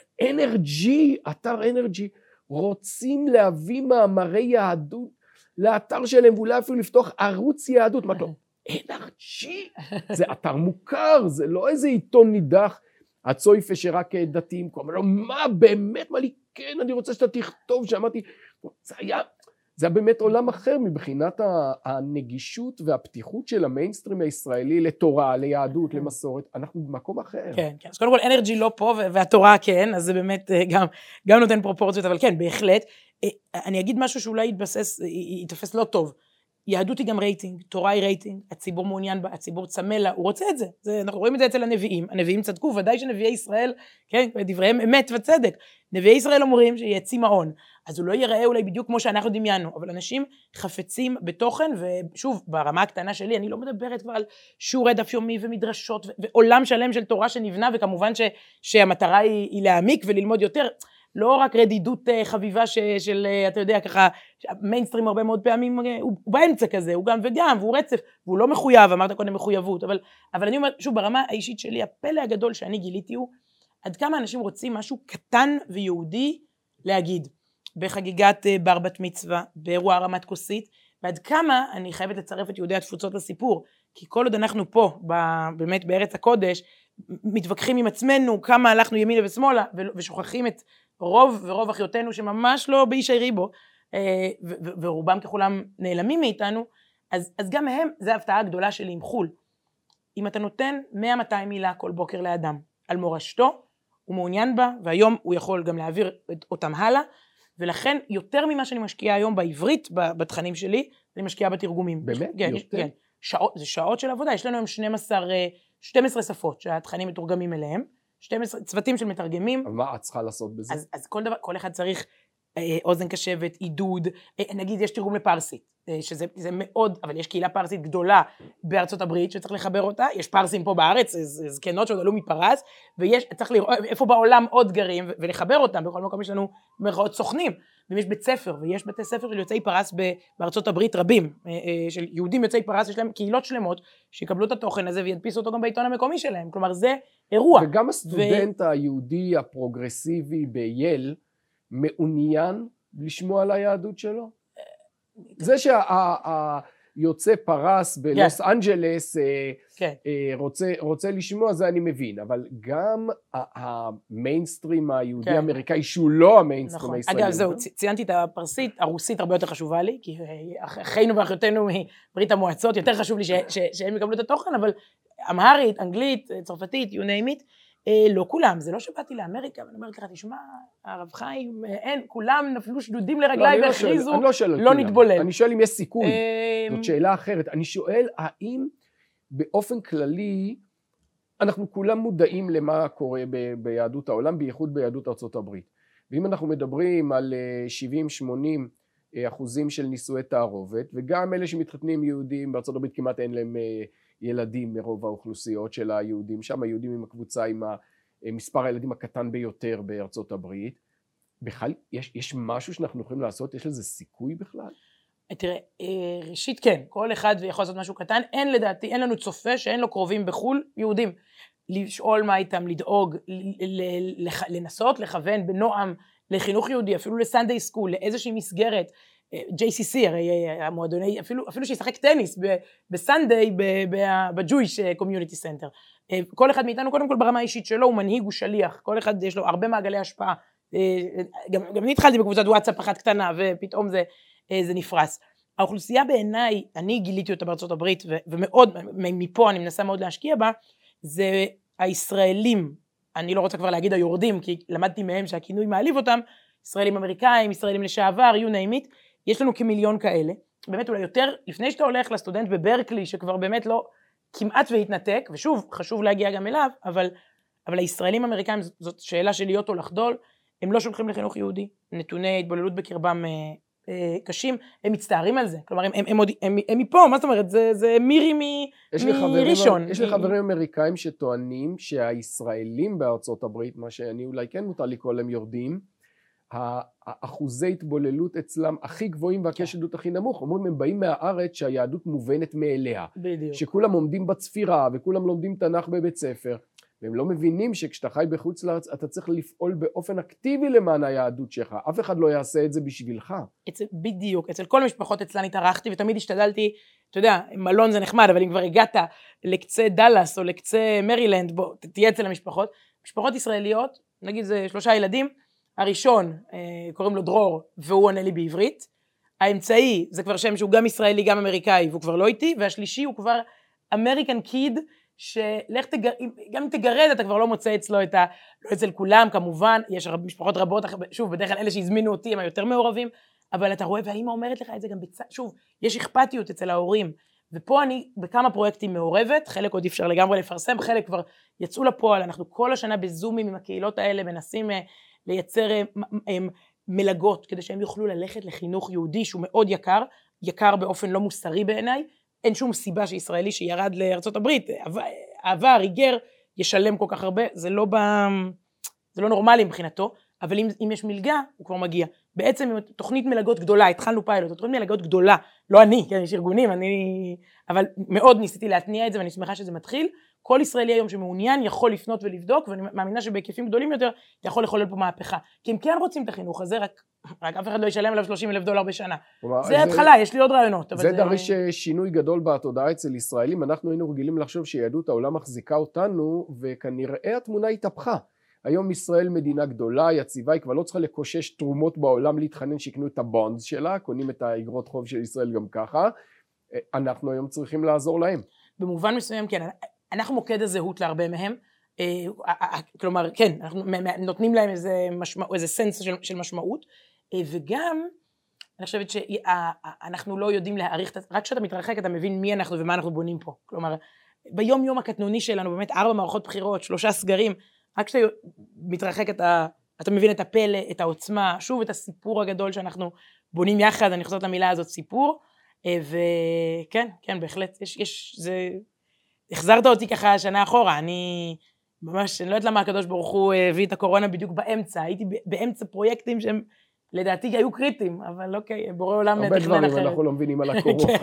אנרג'י, אתר אנרג'י, רוצים להביא מאמרי יהדות לאתר שלהם, ואולי אפילו לפתוח ערוץ יהדות, מה טוב, אנרג'י, זה אתר מוכר, זה לא איזה עיתון נידח, הצויפה שרק דתיים, אמר לו, מה באמת, מה לי, כן, אני רוצה שאתה תכתוב, שאמרתי, זה היה, זה היה באמת עולם אחר מבחינת הנגישות והפתיחות של המיינסטרים הישראלי לתורה, ליהדות, למסורת, אנחנו במקום אחר. כן, כן, אז קודם כל אנרג'י לא פה, והתורה כן, אז זה באמת גם, גם נותן פרופורציות, אבל כן, בהחלט, אני אגיד משהו שאולי יתבסס, יתפס לא טוב, יהדות היא גם רייטינג, תורה היא רייטינג, הציבור מעוניין בה, הציבור צמא לה, הוא רוצה את זה. זה, אנחנו רואים את זה אצל הנביאים, הנביאים צדקו, ודאי שנביאי ישראל, כן, דבריהם אמת וצדק, נביאי ישראל אומרים שיהיה צמאון, אז הוא לא ייראה אולי בדיוק כמו שאנחנו דמיינו, אבל אנשים חפצים בתוכן, ושוב, ברמה הקטנה שלי, אני לא מדברת כבר על שיעורי דף יומי ומדרשות, ועולם שלם של תורה שנבנה, וכמובן ש, שהמטרה היא, היא להעמיק וללמוד יותר, לא רק רדידות חביבה ש, של, אתה יודע, ככה, מיינסטרים הרבה מאוד פעמים, הוא, הוא באמצע כזה, הוא גם וגם, והוא רצף, והוא לא מחויב, אמרת קודם מחויבות, אבל, אבל אני אומר, שוב, ברמה האישית שלי, הפלא הגדול שאני גיליתי הוא, עד כמה אנשים רוצים משהו קטן ויהודי להגיד, בחגיגת בר בת מצווה, באירוע הרמת כוסית, ועד כמה אני חייבת לצרף את יהודי התפוצות לסיפור, כי כל עוד אנחנו פה, באמת בארץ הקודש, מתווכחים עם עצמנו, כמה הלכנו ימינה ושמאלה, ושוכחים את רוב ורוב אחיותינו שממש לא בישי ריבו, ורובם ככולם נעלמים מאיתנו, אז, אז גם הם, זה ההפתעה הגדולה שלי עם חול. אם אתה נותן מאה מאתיים מילה כל בוקר לאדם על מורשתו, הוא מעוניין בה, והיום הוא יכול גם להעביר אותם הלאה, ולכן יותר ממה שאני משקיעה היום בעברית, בתכנים שלי, אני משקיעה בתרגומים. באמת? כן, יותר? כן. שעות, זה שעות של עבודה, יש לנו היום שתים עשרה, שתים עשרה שפות שהתכנים מתורגמים אליהם, שתים עשרה צוותים של מתרגמים. אבל מה את צריכה לעשות בזה? אז, אז כל דבר, כל אחד צריך אה, אוזן קשבת, עידוד, אה, נגיד יש תרגום לפרסית, אה, שזה זה מאוד, אבל יש קהילה פרסית גדולה בארצות הברית שצריך לחבר אותה, יש פרסים פה בארץ, זקנות שעוד עלו מפרס, ויש, צריך לראות איפה בעולם עוד גרים ולחבר אותם, בכל מקום יש לנו מרחאות סוכנים, ויש בית ספר, ויש בתי ספר של יוצאי פרס בארצות הברית רבים, אה, אה, של יהודים יוצאי פרס, יש להם קהילות שלמות שיקבלו את התוכן הזה וידפיסו אותו גם בעיתון המקומי שלהם, כלומר זה אירוע. וגם הסטודנט ו... היהודי הפרוגרסיבי בייל, מעוניין לשמוע על היהדות שלו? זה שהיוצא פרס בלוס אנג'לס רוצה לשמוע, זה אני מבין, אבל גם המיינסטרים היהודי האמריקאי, שהוא לא המיינסטרים הישראלי. אגב, זהו, ציינתי את הפרסית, הרוסית הרבה יותר חשובה לי, כי אחינו ואחיותינו מברית המועצות, יותר חשוב לי שהם יקבלו את התוכן, אבל אמהרית, אנגלית, צרפתית, you name it, לא כולם, זה לא שבאתי לאמריקה, ואני אומרת לך, תשמע, הרב חיים, אין, כולם נפלו שדודים לרגליי והכריזו, לא נתבולל. אני שואל אם יש סיכוי, זאת שאלה אחרת. אני שואל, האם באופן כללי, אנחנו כולם מודעים למה קורה ביהדות העולם, בייחוד ביהדות ארצות הברית. ואם אנחנו מדברים על שבעים שמונים אחוזים של נישואי תערובת, וגם אלה שמתחתנים יהודים בארצות הברית כמעט אין להם ילדים מרוב האוכלוסיות של היהודים, שם היהודים עם הקבוצה עם מספר הילדים הקטן ביותר בארצות הברית, בכלל יש, יש משהו שאנחנו יכולים לעשות, יש לזה סיכוי בכלל? תראה, ראשית כן, כל אחד יכול לעשות משהו קטן, אין לדעתי, אין לנו צופה שאין לו קרובים בחול יהודים, לשאול מה איתם, לדאוג, לנסות, לכוון בנועם לחינוך יהודי, אפילו לסנדיי סקול, לאיזושהי מסגרת, ג'יי סי סי, הרי המועדוני, אפילו, אפילו שישחק טניס בסנדיי, בג'ויש קומיוניטי סנטר. כל אחד מאיתנו, קודם כל ברמה האישית שלו, הוא מנהיג, הוא שליח, כל אחד יש לו הרבה מעגלי השפעה, גם, גם אני התחלתי בקבוצת וואטסאפ אחת קטנה, ופתאום זה, זה נפרס. האוכלוסייה בעיניי, אני גיליתי אותה בארצות הברית, ו- ומאוד, מפה אני מנסה מאוד להשקיע בה, זה הישראלים, אני לא רוצה כבר להגיד היורדים, כי למדתי מהם שהכינוי מעליב אותם, ישראלים אמריקאים, ישראלים לשעבר, you name it, יש לנו כמיליון כאלה, באמת אולי יותר, לפני שאתה הולך לסטודנט בברקלי, שכבר באמת לא, כמעט והתנתק, ושוב, חשוב להגיע גם אליו, אבל, אבל הישראלים האמריקאים, זאת שאלה של להיות או לחדול, הם לא שולחים לחינוך יהודי, נתוני התבוללות בקרבם אה, אה, קשים, הם מצטערים על זה, כלומר, הם, הם, הם, הם, הם מפה, מה זאת אומרת, זה, זה מירי מראשון. יש לי חברים אמריקאים שטוענים שהישראלים בארצות הברית, מה שאני אולי כן מותר לקרוא להם יורדים, האחוזי התבוללות אצלם הכי גבוהים והקשדות הכי נמוך, אומרים הם באים מהארץ שהיהדות מובנת מאליה, בדיוק. שכולם עומדים בצפירה וכולם לומדים תנ"ך בבית ספר, והם לא מבינים שכשאתה חי בחוץ לארץ אתה צריך לפעול באופן אקטיבי למען היהדות שלך, אף אחד לא יעשה את זה בשבילך. אצל, בדיוק, אצל כל המשפחות אצלן התארחתי ותמיד השתדלתי, אתה יודע, מלון זה נחמד, אבל אם כבר הגעת לקצה דלס או לקצה מרילנד, בוא, תהיה אצל המשפחות, משפחות ישראליות, נגיד זה שלושה ילדים, הראשון קוראים לו דרור והוא עונה לי בעברית, האמצעי זה כבר שם שהוא גם ישראלי גם אמריקאי והוא כבר לא איתי, והשלישי הוא כבר אמריקן קיד, שלך תגר... גם אם תגרד אתה כבר לא מוצא אצלו את ה... לא אצל כולם כמובן, יש משפחות רבות, שוב בדרך כלל אלה שהזמינו אותי הם היותר מעורבים, אבל אתה רואה והאמא אומרת לך את זה גם בצד, שוב יש אכפתיות אצל ההורים, ופה אני בכמה פרויקטים מעורבת, חלק עוד אפשר לגמרי לפרסם, חלק כבר יצאו לפועל, אנחנו כל השנה בזומים עם הקהילות האלה מנסים לייצר מלגות כדי שהם יוכלו ללכת לחינוך יהודי שהוא מאוד יקר, יקר באופן לא מוסרי בעיניי, אין שום סיבה שישראלי שירד לארצות הברית, עבר, היגר, ישלם כל כך הרבה, זה לא, ב... זה לא נורמלי מבחינתו, אבל אם, אם יש מלגה, הוא כבר מגיע. בעצם עם תוכנית מלגות גדולה, התחלנו פיילוט, תוכנית מלגות גדולה, לא אני, כן, יש ארגונים, אני... אבל מאוד ניסיתי להתניע את זה, ואני שמחה שזה מתחיל. כל ישראלי היום שמעוניין יכול לפנות ולבדוק, ואני מאמינה שבהיקפים גדולים יותר, אתה יכול לחולל פה מהפכה. כי הם כן רוצים את החינוך הזה, רק, רק אף אחד לא ישלם עליו שלושים אלף דולר בשנה. זה התחלה, יש לי עוד רעיונות. זה דריש שינוי גדול בתודעה אצל ישראלים, אנחנו היינו רגילים לחשוב שיהדות העולם מחזיקה אותנו, וכנראה התמונה התהפכה. היום ישראל מדינה גדולה, יציבה, היא כבר לא צריכה לקושש תרומות בעולם להתחנן שיקנו את הבונדס שלה, קונים את האגרות חוב של ישראל גם ככה, אנחנו היום צריכים לעזור להם. במובן מסוים, כן, אנחנו מוקד הזהות להרבה מהם, כלומר, כן, אנחנו נותנים להם איזה, משמע, איזה סנס של, של משמעות, וגם, אני חושבת שאנחנו לא יודעים להעריך, רק כשאתה מתרחק אתה מבין מי אנחנו ומה אנחנו בונים פה, כלומר, ביום יום הקטנוני שלנו, באמת ארבע מערכות בחירות, שלושה סגרים, רק כשאתה מתרחק אתה, אתה מבין את הפלא, את העוצמה, שוב את הסיפור הגדול שאנחנו בונים יחד, אני חוזרת למילה הזאת סיפור, וכן, כן, בהחלט, יש, יש, זה, החזרת אותי ככה שנה אחורה, אני ממש, אני לא יודעת למה הקדוש ברוך הוא הביא את הקורונה בדיוק באמצע, הייתי באמצע פרויקטים שהם לדעתי היו קריטיים, אבל אוקיי, בורא עולם תכנן אחרת. הרבה דברים אנחנו לא מבינים על הקורונה.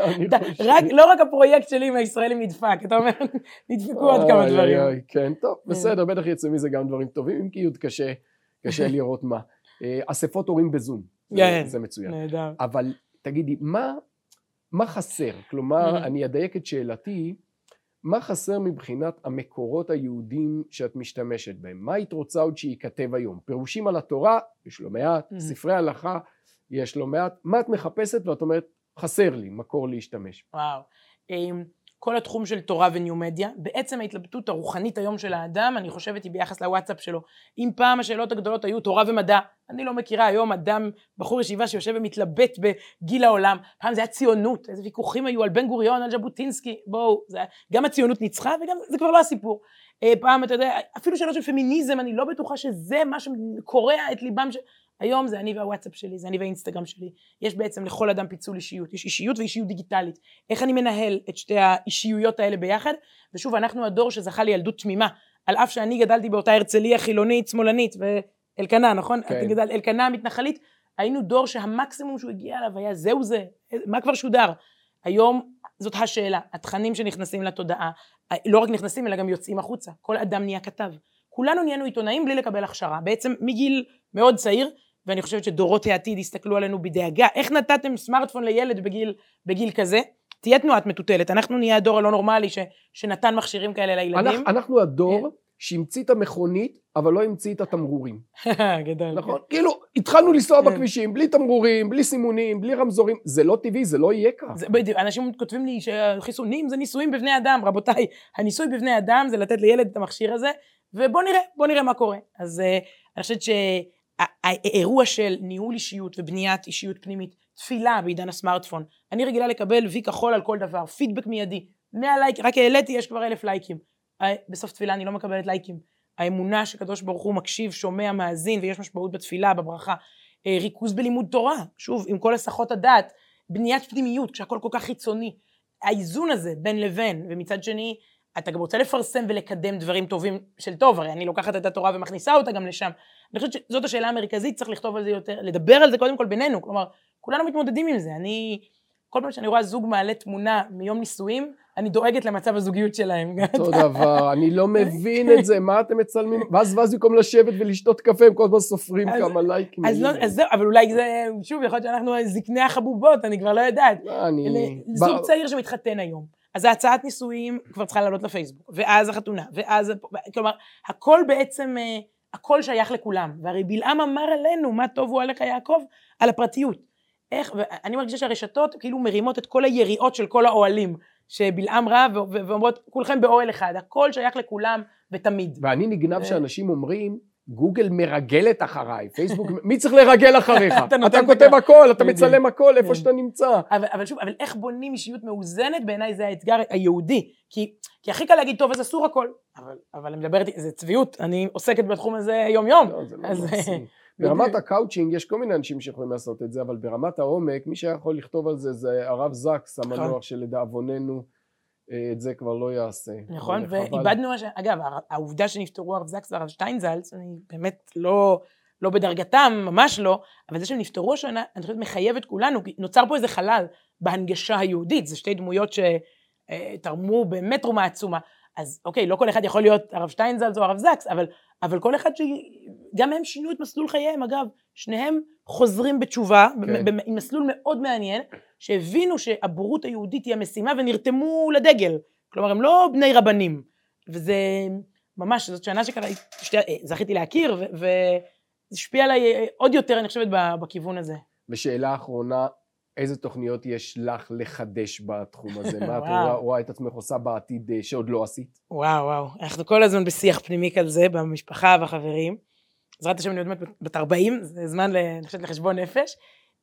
לא רק הפרויקט שלי עם הישראלים נדפק, אתה אומר, נדפקו עוד כמה דברים. כן, טוב, בסדר, בטח יצא מזה גם דברים טובים, אם כי עוד קשה, קשה לראות מה. אספות הורים בזום, זה מצוין. אבל תגידי, מה חסר? כלומר, אני אדייק את שאלתי, מה חסר מבחינת המקורות היהודים שאת משתמשת בהם? מה היית רוצה עוד שייכתב היום? פירושים על התורה, יש לו מעט, ספרי הלכה, יש לו מעט, מה את מחפשת ואת אומרת, חסר לי, מקור להשתמש? וואו, כל התחום של תורה וניו-מדיה, בעצם ההתלבטות הרוחנית היום של האדם, אני חושבת היא ביחס לוואטסאפ שלו. אם פעם השאלות הגדולות היו תורה ומדע, אני לא מכירה היום אדם, בחור ישיבה שיושב ומתלבט בגיל העולם, פעם זה היה ציונות, איזה ויכוחים היו על בן גוריון, על ז'בוטינסקי, בואו, זה, גם הציונות ניצחה וגם זה כבר לא הסיפור. פעם אתה יודע, אפילו שאלות של פמיניזם, אני לא בטוחה שזה מה שקורע את ליבם ש... היום זה אני והוואטסאפ שלי, זה אני והאינסטגרם שלי. יש בעצם לכל אדם פיצול אישיות, יש אישיות ואישיות דיגיטלית. איך אני מנהל את שתי האישיויות האלה ביחד? ושוב, אנחנו הדור שזכה לילדות תמימה, על אף שאני גדלתי באותה הרצליה חילונית, שמאלנית, ואלקנה, נכון? כן. גדל, אלקנה המתנחלית, היינו דור שהמקסימום שהוא הגיע אליו היה זהו זה, מה כבר שודר? היום זאת השאלה, התכנים שנכנסים לתודעה, לא רק נכנסים אלא גם יוצאים החוצה, כל אדם נהיה כתב. כולנו נהיינו עיתונאים בלי לקבל הכשרה, בעצם מגיל מאוד צעיר, ואני חושבת שדורות העתיד הסתכלו עלינו בדאגה, איך נתתם סמארטפון לילד בגיל, בגיל כזה? תהיה תנועת מטוטלת, אנחנו נהיה הדור הלא נורמלי ש, שנתן מכשירים כאלה לילדים. אנחנו, אנחנו הדור שהמציא את המכונית, אבל לא המציא את התמרורים. גדול. נכון? כאילו, התחלנו לנסוע בכבישים, בלי תמרורים, בלי סימונים, בלי רמזורים, זה לא טבעי, זה לא יהיה כך. בדיוק, אנשים כותבים לי שחיסונים זה ניסויים בבני אדם, רבותיי, הניסוי בבני אדם זה לתת לילד את המכשיר הזה, ובוא נראה, בוא נראה מה קורה. אז אני חושבת שהאירוע של ניהול אישיות ובניית אישיות פנימית, תפילה בעידן הסמארטפון, אני רגילה לקבל וי כחול על כל דבר, פידבק מיידי, מאה לייק, רק העליתי, יש כבר אלף לייקים. בסוף תפילה אני לא מקבלת לייקים. האמונה שקדוש ברוך הוא מקשיב, שומע, מאזין, ויש משמעות בתפילה, בברכה. ריכוז בלימוד תורה, שוב, עם כל הסחות הדעת, בניית פנימיות, כשהכל כל כך חיצוני. האיזון הזה בין לבין, ומצד שני, אתה גם רוצה לפרסם ולקדם דברים טובים של טוב, הרי אני לוקחת את התורה ומכניסה אותה גם לשם. אני חושבת שזאת השאלה המרכזית, צריך לכתוב על זה יותר, לדבר על זה קודם כל בינינו, כלומר, כולנו מתמודדים עם זה. אני, כל פעם שאני רואה זוג מעלה תמונה מיום נישואים, אני דואגת למצב הזוגיות שלהם. אותו דבר, אני לא מבין את זה, מה אתם מצלמים? ואז ואז במקום לשבת ולשתות קפה, הם כל הזמן סופרים כמה לייקים. אז זהו, אבל אולי זה, שוב, יכול להיות שאנחנו זקני החבובות, אני כבר לא יודעת. זוג צעיר שמתחתן היום, אז ההצעת נישואים כבר צריכה לעלות לפייסבוק, ואז החתונה, ואז, כלומר, הכל בעצם, הכל שייך לכולם, והרי בלעם אמר עלינו, מה טוב הוא עליך יעקב, על הפרטיות. איך, ואני מרגישה שהרשתות כאילו מרימות את כל היריעות של כל האוהלים, שבלעם רע ואומרות, כולכם באוהל אחד, הכל שייך לכולם ותמיד. ואני נגנב שאנשים אומרים, גוגל מרגלת אחריי, פייסבוק, מי צריך לרגל אחריך? אתה כותב הכל, אתה מצלם הכל, איפה שאתה נמצא. אבל שוב, אבל איך בונים אישיות מאוזנת, בעיניי זה האתגר היהודי, כי הכי קל להגיד, טוב, אז אסור הכל, אבל אני מדברת, זה צביעות, אני עוסקת בתחום הזה יום יום. ברמת הקאוצ'ינג יש כל מיני אנשים שיכולים לעשות את זה, אבל ברמת העומק, מי שיכול לכתוב על זה זה הרב זקס, המנוח שלדאבוננו את זה כבר לא יעשה. נכון, ואיבדנו, אגב, העובדה שנפטרו הרב זקס והרב שטיינזלץ, אני באמת לא, לא בדרגתם, ממש לא, אבל זה שהם נפטרו השנה, אני חושבת מחייב את כולנו, נוצר פה איזה חלל בהנגשה היהודית, זה שתי דמויות שתרמו באמת תרומה עצומה, אז אוקיי, לא כל אחד יכול להיות הרב שטיינזלץ או הרב זקס, אבל, אבל כל אחד שגם הם שינו את מסלול חייהם, אגב, שניהם חוזרים בתשובה, כן. עם מסלול מאוד מעניין, שהבינו שהבורות היהודית היא המשימה, ונרתמו לדגל, כלומר, הם לא בני רבנים, וזה ממש, זאת שנה שקרה, זכיתי להכיר, וזה השפיע עליי עוד יותר, אני חושבת, בכיוון הזה. ושאלה אחרונה, איזה תוכניות יש לך לחדש בתחום הזה? מה את רואה את עצמך עושה בעתיד שעוד לא עשית? וואו, וואו. אנחנו כל הזמן בשיח פנימי כזה, במשפחה והחברים. בעזרת השם אני עוד מעט בת ארבעים, זה זמן, אני חושבת, לחשבון נפש.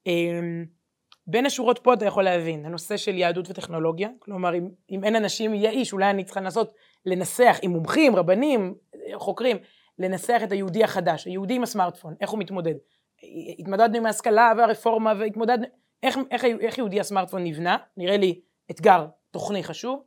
בין השורות פה אתה יכול להבין, הנושא של יהדות וטכנולוגיה, כלומר, אם, אם אין אנשים, יהיה איש, אולי אני צריכה לנסות לנסח עם מומחים, רבנים, חוקרים, לנסח את היהודי החדש, היהודי עם הסמארטפון, איך הוא מתמודד. התמודדנו עם ההשכלה והרפורמה, והתמודדנו, איך, איך, איך יהודי הסמארטפון נבנה, נראה לי אתגר תוכני חשוב.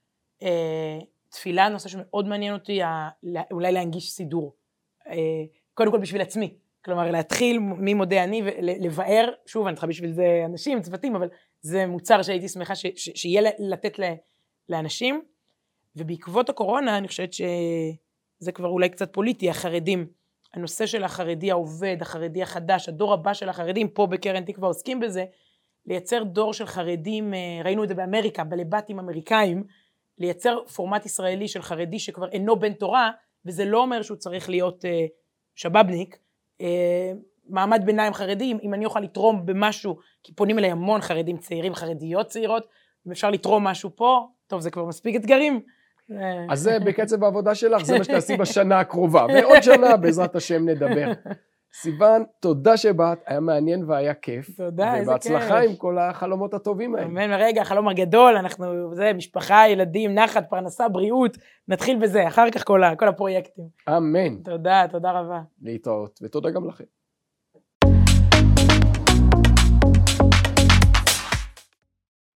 תפילה, נושא שמאוד מעניין אותי, אולי להנגיש סידור, קודם כל בשביל עצמי, כלומר להתחיל מי מודה אני ולבאר, שוב אני צריכה בשביל זה אנשים, צוותים, אבל זה מוצר שהייתי שמחה ש, ש, שיהיה לתת לאנשים, ובעקבות הקורונה אני חושבת שזה כבר אולי קצת פוליטי, החרדים, הנושא של החרדי העובד, החרדי החדש, הדור הבא של החרדים, פה בקרן תקווה עוסקים בזה, לייצר דור של חרדים, ראינו את זה באמריקה, בלבטים אמריקאים, לייצר פורמט ישראלי של חרדי שכבר אינו בן תורה, וזה לא אומר שהוא צריך להיות uh, שבבניק, uh, מעמד ביניים חרדי, אם אני אוכל לתרום במשהו, כי פונים אליי המון חרדים צעירים, חרדיות צעירות, אם אפשר לתרום משהו פה, טוב, זה כבר מספיק אתגרים. אז זה בקצב העבודה שלך, זה מה שתעשי בשנה הקרובה, ועוד שנה בעזרת השם נדבר. סיוון, תודה שבאת, היה מעניין והיה כיף. תודה, איזה כיף. ובהצלחה עם כל החלומות הטובים האלה. אמן, רגע, החלום הגדול, אנחנו, זה, משפחה, ילדים, נחת, פרנסה, בריאות, נתחיל בזה, אחר כך כל, כל הפרויקטים. אמן. תודה, תודה רבה. להתראות, ותודה גם לכם.